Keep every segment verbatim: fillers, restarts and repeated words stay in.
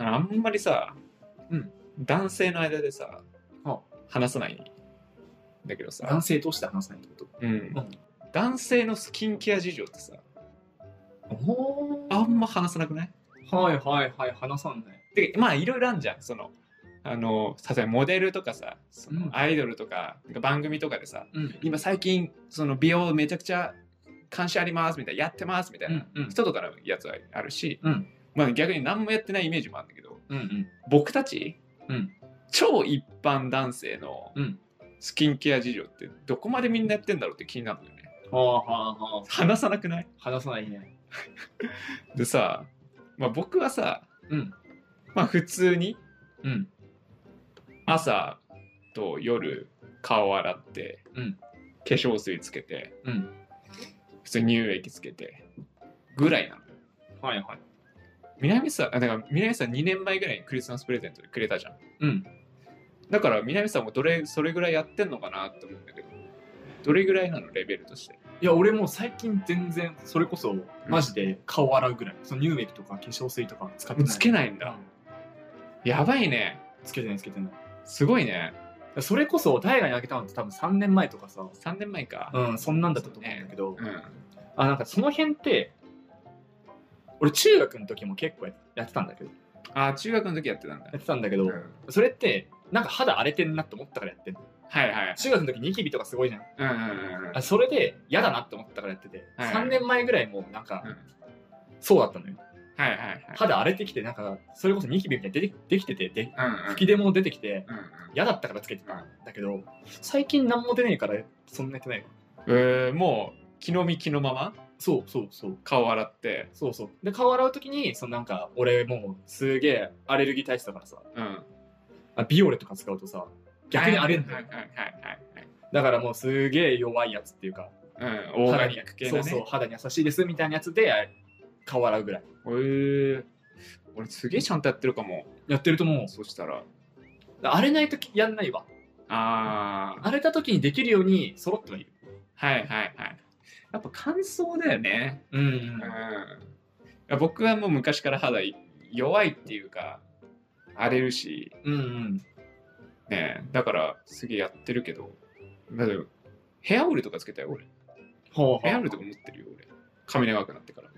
あんまりさ、 うん、 男性の間でさ、 は話さないんだけどさ、 男性として話さないってこと？ うん、うん、男性のスキンケア事情ってさ、 おあんま話さなくない？ はいはいはい、話さんね。 で、まあいろいろあるじゃん。そのあの例えばモデルとかさ、そのアイドルとか、うん、番組とかでさ、うん、今最近その美容めちゃくちゃ関心ありますみたいな、やってますみたいな人とかのやつはあるし、うん、まあ逆に何もやってないイメージもあるんだけど、うんうん、僕たち、うん、超一般男性のスキンケア事情ってどこまでみんなやってんだろうって気になるんだよね。はあはあはあ、話さなくない？ 話さないね。 でさ、まあ、僕はさ、うん、まあ普通に、うん、朝と夜顔洗って、うん、化粧水つけて、うん、普通に乳液つけてぐらいなのよ。はいはい。南さん、だから南さんにねんまえぐらいにクリスマスプレゼントでくれたじゃん。うん。だから南さんもどれそれぐらいやってんのかなって思うんだけど、どれぐらいなのレベルとして？ いや俺もう最近全然それこそマジで顔洗うぐらい、うん、その乳液とか化粧水とか使ってない。 つけないんだ。うん、やばいね。 つけてないつけてない。 すごいね。 それこそ大河にあげたのって多分さんねんまえとかさ。 さんねんまえか。 うん、そんなんだったと思うんだけど、ね、うん、あなんかその辺って俺中学の時も結構やってたんだけど。 あ中学の時やってたんだ。 やってたんだけど、うん、それってなんか肌荒れてんなって思ったからやってんの。 はいはい、 中学の時ニキビとかすごいじゃん。 うんうんうん、 あそれで嫌だなって思ったからやってて、はいはい、さんねんまえぐらいもなんか、うん、そうだったのよ。 はいはいはい、 肌荒れてきてなんかそれこそニキビみたいに出てできててで、うんうん、吹き出も出てきて、うんうん、嫌だったからつけてたんだけど最近何も出ないからそんなやってないわ。 えー、もう気の身気のままそうそうそう顔洗ってそうそうで顔洗う時にそのなんか俺もうすげえアレルギー体質だからさ、うん、あビオレとか使うとさ逆に荒れんだよ。だからもうすげえ弱いやつっていうか、 うん、オーガニック系のね、 そうそう肌に優しいですみたいなやつで顔洗うぐらい。 へえー、俺すげえちゃんとやってるかも。 やってると思う。 そしたら荒れないときやんないわ。 ああ荒れた時にできるように揃ってはいる。 はいはいはい。やっぱ乾燥だよね。うん、うん、うん、いや僕はもう昔から肌弱いっていうか荒れるし、うんうんね、だからすげえやってるけど、だけどヘアオイルとかつけたよ俺。ほうほうヘアオイルとか持ってるよ俺。髪長くなってから。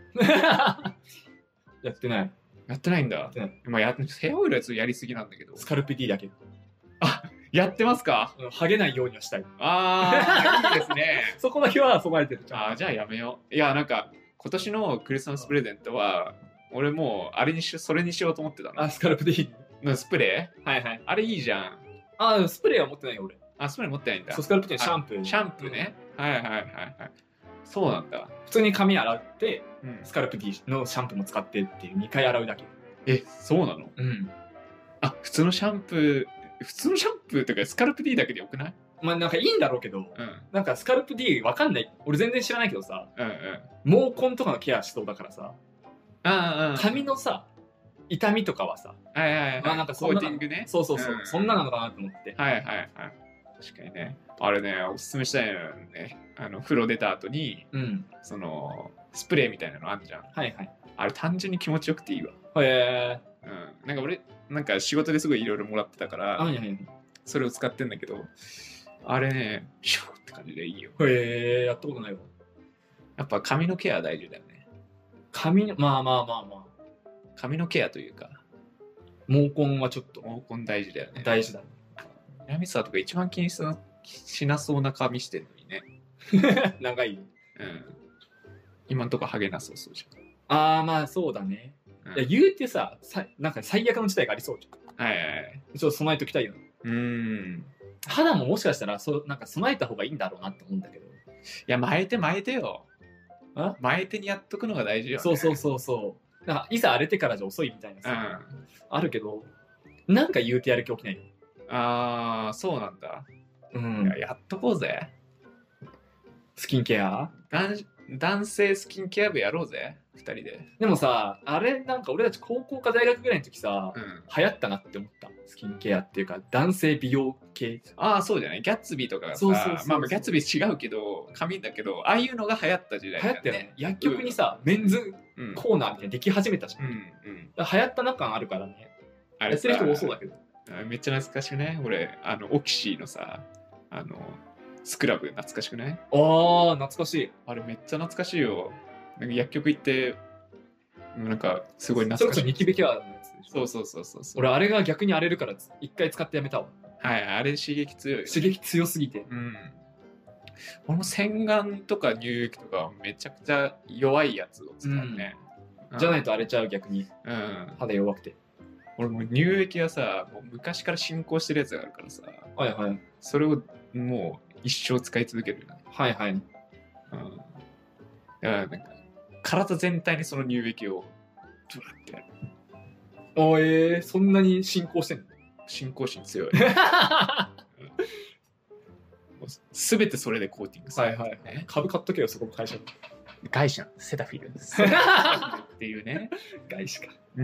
やってない。 やってないんだ。やってない。まあやヘアオイルはやりすぎなんだけど。 スカルプ D だけ。 あ、やってますか？ ハゲないようにはしたい。 ああ、いいですね。 そこの日は備えてる。 ああ、じゃあやめよう。いやなんか今年のクリスマスプレゼントは俺もうあれにしそれにしようと思ってたの。 あ、スカルプ D のスプレー？はいはい。 あれいいじゃん。 あ、スプレーは持ってないよ俺。 あ、スプレー持ってないんだ。 そう、スカルプ D シャンプー。 シャンプーね。はいはいはいはい。そうなんだ。 普通に髪洗って、うん、スカルプ D のシャンプーも使ってっていうにかい洗うだけ。 え、そうなの？うん。あ、普通のシャンプー、普通のシャンプーとかスカルプ D だけでよくない？ まあなんかいいんだろうけど、うん、なんかスカルプ D わかんない。俺全然知らないけどさ、うんうん、毛根とかのケアしそうだからさ、ああ髪のさ、痛みとかはさ、はいはいはい、まあなんかそんな、コーティングね。そうそうそう、うん、そんななのかなと思って。 はいはいはい。確かにね。あれね、おすすめしたいのね。あの風呂出た後に、うん、そのスプレーみたいなのあるじゃん。はいはい。あれ単純に気持ちよくていいわ。へえ。うん。なんか俺なんか仕事ですごいいろいろもらってたから、はいはい、それを使ってんだけど、あれね、シューって感じでいいよ。 へえ、やったことないわ。 やっぱ髪のケア大事だよね。 髪のまあまあまあまあ。 髪のケアというか、 毛根はちょっと毛根大事だよね。 大事だ。 南沢とか一番気にしなそうな髪してるのにね。 長い。 うん。今んとこハゲなそうそうじゃん。ああまあそうだね。うん、いや言うてさ、さなんか最悪の事態がありそうじゃん。はいはいはい。ちょっと備えときたいよ。うん。肌ももしかしたらそうなんか備えた方がいいんだろうなって思うんだけど。いや巻いて巻いてよ。あ？巻いてにやっとくのが大事よ、ね。 そうそうそうそう。なんかいざ荒れてからじゃ遅いみたいなさ、うん、あるけど、なんか言うてやる気起きないよ。 ああそうなんだ。うん。いや、やっとこうぜ。 スキンケア？ 男性スキンケア部やろうぜふたりで。 でもさあれなんか俺たち高校か大学ぐらいの時さ、うん、流行ったなって思った。スキンケアっていうか男性美容系。ああそうじゃない。ギャッツビーとかがさ、そうそうそうそう、まあギャッツビー違うけど髪だけどああいうのが流行った時代だよね。 流行ったよね。薬局にさ、うん、メンズコーナーみたいなでき始めたじゃん、うんうん、流行った中あるからね。 あれやってる人多そうだけど。 めっちゃ懐かしくない？俺、あの、オキシーのさ、あの、スクラブ懐かしくない？ああ、懐かしい。 あれめっちゃ懐かしいよ。なんか薬局行って、なんかすごい懐かしい。 それこそニキビケアのやつでしょ。そうそうそうそう。 俺、あれが逆に荒れるから、一回使ってやめたわ。 はい、あれ刺激強い。 刺激強すぎて。 うん。俺も洗顔とか乳液とかめちゃくちゃ弱いやつを使うね。 うん、じゃないと荒れちゃう、逆に。 うん。 肌弱くて。 俺も乳液はさ、もう昔から進行してるやつがあるからさ。 はいはい。 それをもう一生使い続ける。 はいはい。うん。 だからなんか、体全体にその乳液を、ドラってやる。 あ、えー、そんなに進行してんの？ 進行心強い。すべてそれでコーティングする。 はいはい。株買っとけよ、そこの会社に。 外資なの、セタフィル。セタフィルっていうね。 外資か。 うん。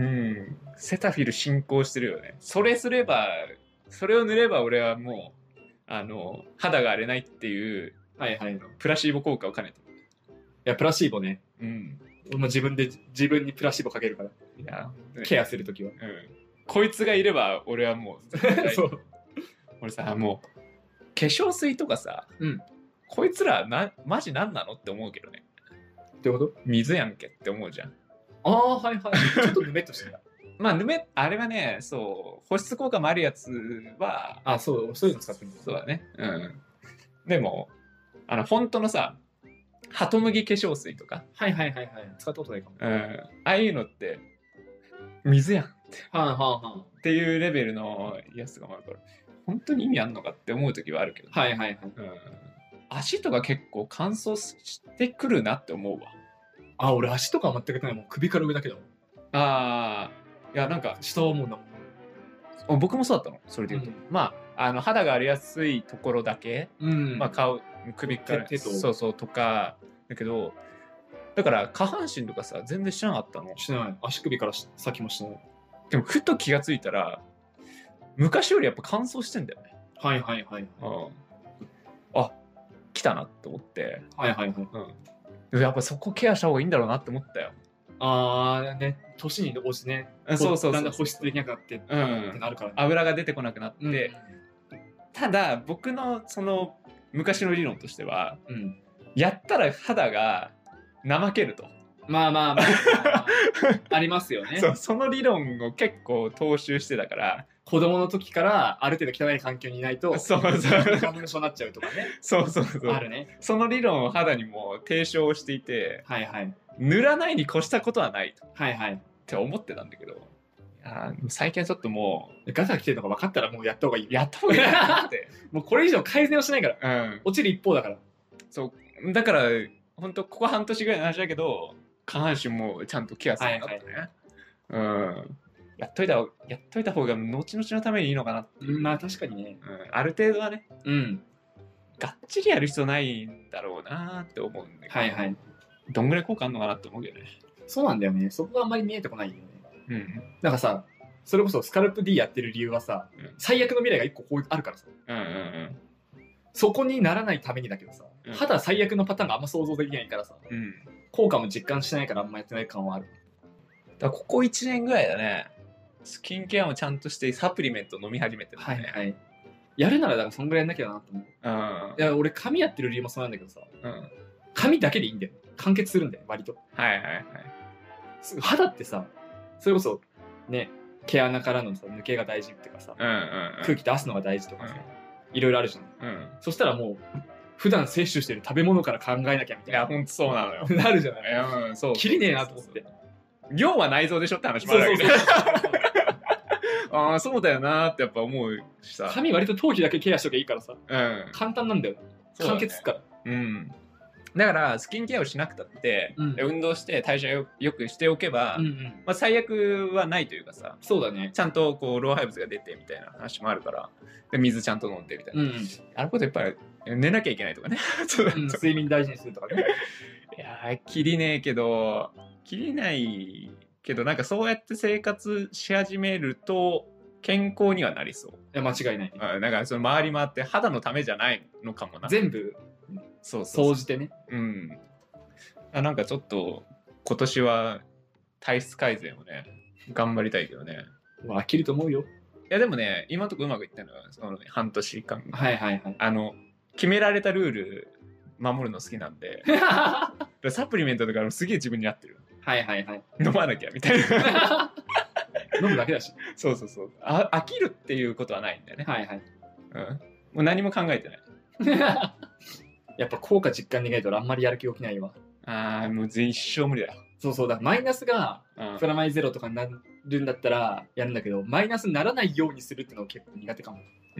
セタフィル進行してるよね。それすれば、それを塗れば俺はもう、あの、肌が荒れないっていう、 はいはい。 プラシーボ効果を兼ねてる。 いや、プラシーボね。 うん。 俺も自分で、自分にプラシーボかけるから。いや、ケアするときは。うん。 こいつがいれば俺はもうそう。俺さ、もう化粧水とかさ、うん、こいつらなマジなんなのって思うけどね。 ってこと？ 水やんけって思うじゃん。 ああ、はいはい。ちょっとぬめっとしてた。 まあぬめ、あれはね、そう保湿効果もあるやつは、 あ、そうそういうの使ってるんだ。 そうだね。うん。でもあの本当のさ、ハトムギ化粧水とか、 はいはいはいはい、使ったことないかも。 うん。ああいうのって水やんって、 はいはいはい。 っていうレベルのやつがあるから、本当に意味あんのかって思う時はあるけど、 はいはいはい。うん、 足とか結構乾燥してくるなって思うわ。 あ、俺足とかは全くないもん。首から上だけだもん。 ああ、いやなんか下はもうだもん。僕もそうだったの、それで言うと。うん、まあ、あの肌が荒れやすいところだけ、うん、まあ顔、首から手と、そうそうとか、だけど、だから下半身とかさ、全然しなかったの。 しない。足首から先もしない。 でもふと気がついたら、昔よりやっぱ乾燥してんだよね。 はいはいはい。うん、 あ、来たなって思って。 はいはいはい。 うん、やっぱそこケアした方がいいんだろうなって思ったよ。 ああね、年に応じてね、 そうそうそう、 だんだん保湿できなくなって、うん、ってなるから、ね、 油が出てこなくなって、うん、ただ僕のその昔の理論としては、うん、やったら肌が怠けると。 まあまあまあ、まあ、ありますよね。 そう、その理論を結構踏襲してたから、 子供の時からある程度汚い環境にいないと、 そうそう、 花粉症になっちゃうとかね。 そうそうそう。 あるね。 その理論を肌にも提唱していて、 はいはい。 塗らないに越したことはないと。 はいはい。 って思ってたんだけど、いや最近はちょっともう、 ガタ来てるのが分かったらもうやった方がいい。 やった方がいいなって。 もうこれ以上改善をしないから。うん。落ちる一方だから。 そう。だから、本当ここ半年ぐらいの話だけど、下半身もちゃんとケアするんだってね。はいはい、うん。やっといた、やっといた方が後々のためにいいのかなっていう。 まあ確かにね。 うん。ある程度はね。うん。がっちりやる必要ないんだろうなって思うんだけど。はいはい。どんぐらい効果あるのかなって思うけどね。 そうなんだよね。そこがあんまり見えてこないよね。うん。なんかさ、それこそスカルプ D やってる理由はさ、うん、最悪の未来が一個こうあるからさ。うんうんうん。そこにならないためにだけどさ、うん、肌最悪のパターンがあんま想像できないからさ、うん、効果も実感してないからあんまやってない感はある。 だからここいちねんぐらいだね。スキンケアもちゃんとしてサプリメント飲み始めてる、ね。はいはい。 やるならだからそんぐらいやんなきゃなと思う。うん。いや俺髪やってる理由もそうなんだけどさ、うん、髪だけでいいんだよ。完結するんだよ割と。はいはいはい。肌ってさ、それこそね、毛穴からのさ抜けが大事っていうかさ、うんうんうん、空気出すのが大事とかさ、うん、いろいろあるじゃん。うん、そしたらもう普段摂取してる食べ物から考えなきゃみたいな。いやほんとそうなのよ。 なるじゃない。 うん、そう。 きりねえなと思って。 量は内臓でしょって話もあるわけね。ああそうだよなーってやっぱ思うしさ。 髪割と頭皮だけケアしときゃいいからさ、うん、簡単なんだよ。完結すっから。うん。 だからスキンケアをしなくたって、うん、運動して代謝よよくしておけば、うんうん、まあ、最悪はないというかさ、 そうだね、 ちゃんとこう老廃物が出てみたいな話もあるから、で水ちゃんと飲んでみたいな、うんうん、あることやっぱり寝なきゃいけないとかね、 うん、睡眠大事にするとかね。 いやーきりねえけどきりないけどなんかそうやって生活し始めると健康にはなりそう。いや間違いない、ね、 うん、だからその回り回って肌のためじゃないのかもな。 全部そうそう総じてね。うん。 あなんかちょっと今年は体質改善をね頑張りたいけどね。 飽きると思うよ。いやでもね、今のところうまくいったのはその、ね、半年間。 はいはいはい。 あの決められたルール守るの好きなんでサプリメントとかすげえ自分に合ってる。 はいはいはい。 飲まなきゃみたいな飲むだけだし。 そうそうそう。あ飽きるっていうことはないんだよね。 はいはい。 うん。もう何も考えてない。 やっぱ効果実感できないとあんまりやる気起きないわ。 ああ、もう一生無理だよ。 そうそうだ。マイナスがプラマイゼロとかになるんだったらやるんだけど、マイナスにならないようにするってのは結構苦手かも。 うん。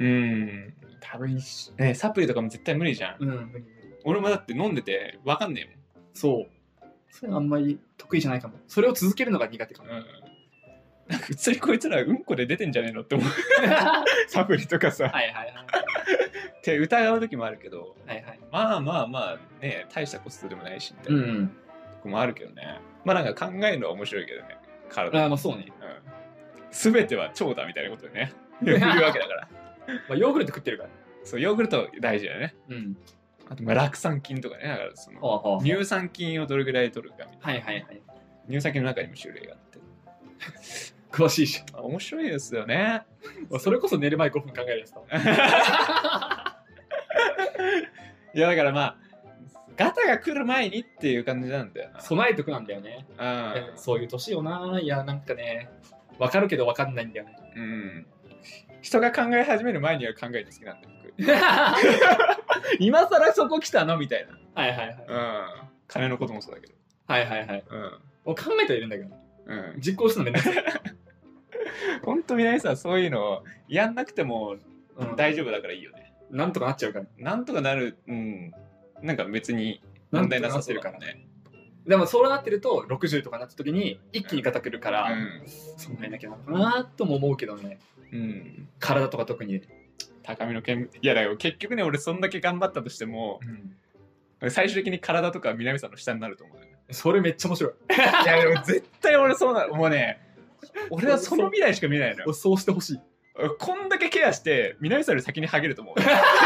多分ね、サプリとかも絶対無理じゃん。うん。俺もだって飲んでて分かんねえもん。 そう。それあんまり得意じゃないかも。それを続けるのが苦手かも。うん。 なんか普通にこいつらうんこで出てんじゃねえのって思うサプリとかさ。はいはいはい。って疑う時もあるけど、はいはい、まあまあまあね、大したコストでもないしみたいな、うん、とこもあるけどね。まあなんか考えるのは面白いけどね。体。 ああまあそうね。 す、うん、べては腸だみたいなことでね。言うわけだから。 まあヨーグルト食ってるから。 そう、ヨーグルト大事だよね。うん。あとまあ酪酸菌とかね、だからその、はあはあ、乳酸菌をどれぐらい取るかみたいな。はいはいはい。乳酸菌の中にも種類があって。 詳しいし。 面白いですよね。 それこそ寝る前ごふん考えるやつだ。 いやだからまあガタが来る前にっていう感じなんだよな。 備えとくなんだよね。うん。そういう年よな。いやなんかね、わかるけどわかんないんだよね。うん。 人が考え始める前には考えて好きなんだよ。今更そこ来たのみたいな。はいはいはい。うん。金のこともそうだけど。 はいはいはい。うん。もう考えてはいるんだけど。うん。実行するのめんどくさい。 ほんと皆さんそういうのやんなくても大丈夫だからいいよね。 なんとかなっちゃうから。 なんとかなる、うん。なんか別に問題なさせるからね。 でもそうなってるとろくじゅうとかなった時に一気にガタくるから、うん、備えなきゃなのかなとも思うけどね。うん。体とか特に。 高みの見いやだよ結局ね俺そんだけ頑張ったとしても、うん、最終的に体とか南さんの下になると思う、ね。 それめっちゃ面白い。 いやでも絶対俺そうなの。もうね俺はその未来しか見ないのよ。 そうしてほしい。 こんだけケアして南さんより先にハゲると思う。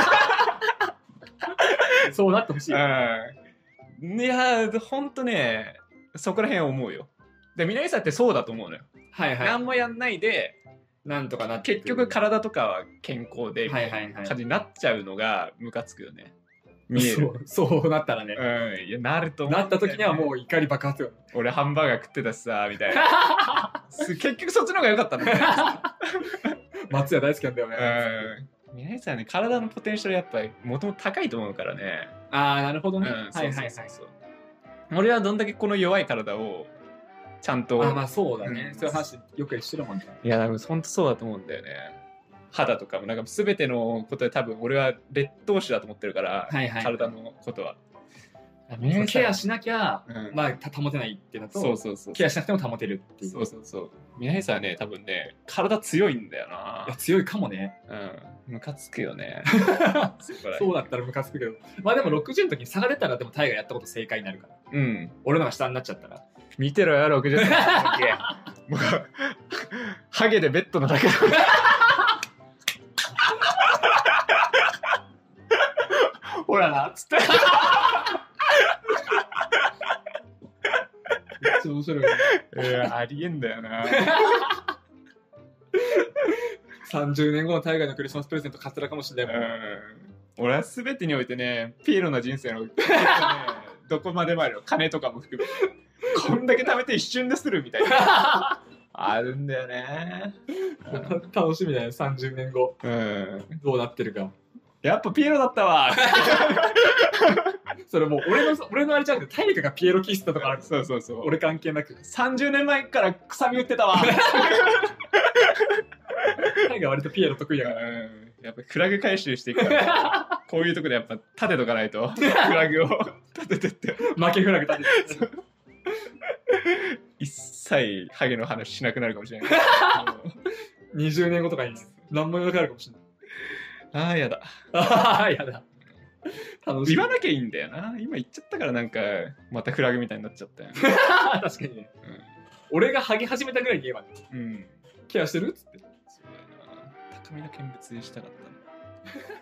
そうなってほしい。 うん、いやほんとねそこら辺思うよ。で南さんってそうだと思うのよ。はいはい。何もやんないでなんとかなって結局体とかは健康でみたいな感じになっちゃうのがムカつくよね。見える。 そう、そうなったらね。 うん、いやなると思う、 ね。なった時にはもう怒り爆発よ。 俺ハンバーガー食ってたしさみたいな。結局そっちの方が良かったんだよ。 松屋大好きなんだよね。 うん。皆さんね体のポテンシャルやっぱりもともと高いと思うからね。 ああなるほどね。うん、 はいはいはいそう。俺はどんだけこの弱い体をちゃんと。 あまあそうだね。うん、そういう話よくしてるもんね。 いやでも本当そうだと思うんだよね。肌とかもなんか全てのことで多分俺は劣等種だと思ってるから、はいはい、体のことはケアしなきゃ、うん、まあ保てないっていうのと、そうそうそうケアしなくても保てるっていう。 そうそうそう。皆さんはね多分ね体強いんだよな。 いや強いかもね。 うん。ムカつくよね。 そうだったらムカつくけど、まあでもろくじゅうの時に差が出たらでもタイがやったこと正解になるから。うん。俺のが下になっちゃったら。 見てろよろくじゅうの時。もうハゲでベッドの中。ほらなっつって。 めっちゃ面白い、ね。 いやありえんだよな。 さんじゅうねんごの海外のクリスマスプレゼントカツラかもしれないもん。 俺は全てにおいてねピエロの人生の、ね、どこまでもあるよ。金とかも含めてこんだけ貯めて一瞬でするみたいなあるんだよね。 楽しみだよさんじゅうねんご、うん、どうなってるか。 やっぱピエロだったわ。 それもう俺の俺のあれじゃなくてタイガがピエロキストとかある。 そうそうそう。 俺関係なくさんじゅうねんまえからくさみ打ってたわ。 タイガ割とピエロ得意やから。 うん、やっぱフラグ回収していくから。こういうとこでやっぱ立てとかないとフラグを立ててって負けフラグ立てて。 一切ハゲの話しなくなるかもしれない。 にじゅうねんごとかに何も言わなくなるかもしれない。 ああやだ。 ああやだ。 楽しい。言わなきゃいいんだよな。今言っちゃったからなんかまたフラグみたいになっちゃったよ。 確かにね、うん。俺がハゲ始めたぐらいに言えばね。うん。ケアしてるっつって。そうだよな。高みの見物したかった。